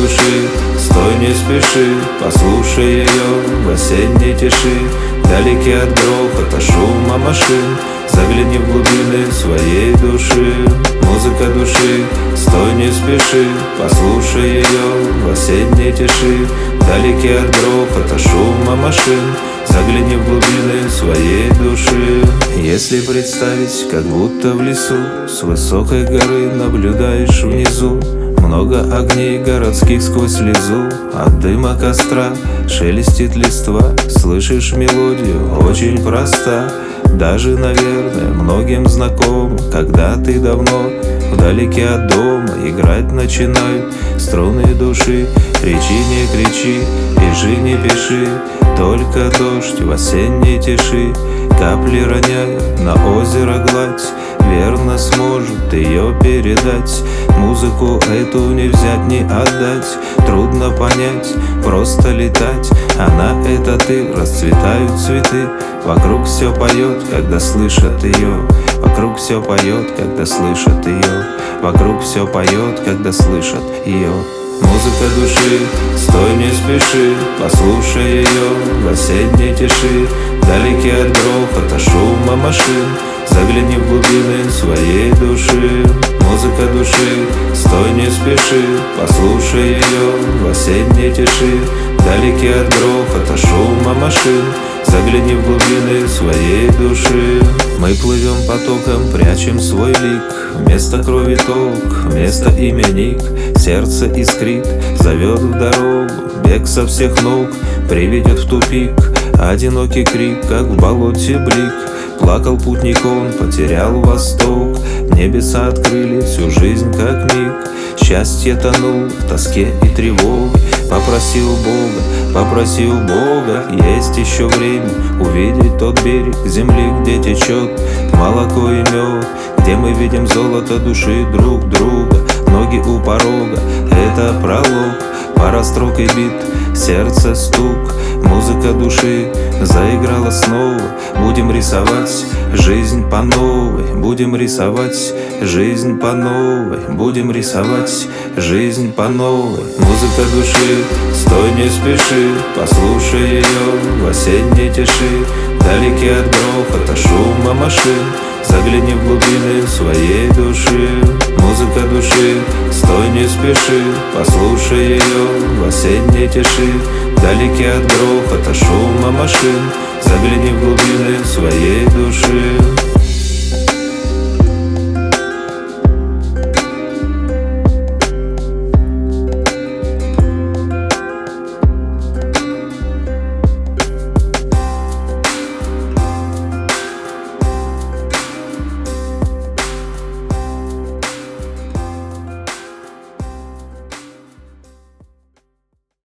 души, стой, не спеши, послушай ее в осенней тиши. Вдалеке от грохота, шума машин, загляни в глубины своей души. Музыка души, стой, не спеши, послушай ее в осенней тиши. Вдалеке от грохота, шума машин, загляни в глубины своей души. Если представить, как будто в лесу с высокой горы наблюдаешь внизу много огней городских сквозь слезу, от дыма костра шелестит листва. Слышишь мелодию, очень проста, даже, наверное, многим знакома. Когда ты давно вдалеке от дома, играть начинают струны души. Кричи, не кричи, пиши, не пиши, только дождь в осенней тиши. Капли роняют на озеро гладь, верно сможет ее передать. Музыку эту не взять, не отдать, трудно понять, просто летать. Она — это ты, расцветают цветы. Вокруг все поет, когда слышат ее. Вокруг все поет, когда слышат ее. Вокруг все поет, когда слышат ее. Музыка души, стой, не спеши, послушай ее в осенней тиши. Вдалеке от грохота, шума машин, загляни в глубины своей души. Музыка души, стой, не спеши, послушай ее в осенней тиши. Вдалеке от грохота, шума машин, загляни в глубины своей души. Мы плывем потоком, прячем свой лик, вместо крови толк, вместо именик. Сердце искрит, зовет в дорогу, бег со всех ног приведет в тупик. Одинокий крик, как в болоте блик. Плакал путник, он потерял восток. Небеса открыли всю жизнь, как миг. Счастье тонуло в тоске и тревоге. Попросил Бога, есть еще время увидеть тот берег земли, где течет молоко и мед, где мы видим золото души друг друга. Ноги у порога, это пролог, пара строк и бит, сердце стук. Музыка души заиграла снова. Будем рисовать жизнь по новой, будем рисовать жизнь по новой, будем рисовать жизнь по новой. Музыка души, стой, не спеши, послушай ее в осенней тиши. Вдалеке от грохота, шума машин, загляни в глубины своей души. Музыка души, стой, не спеши, послушай ее в осенней тиши. Вдалеке от грохота, шума машин, загляни в глубины своей души.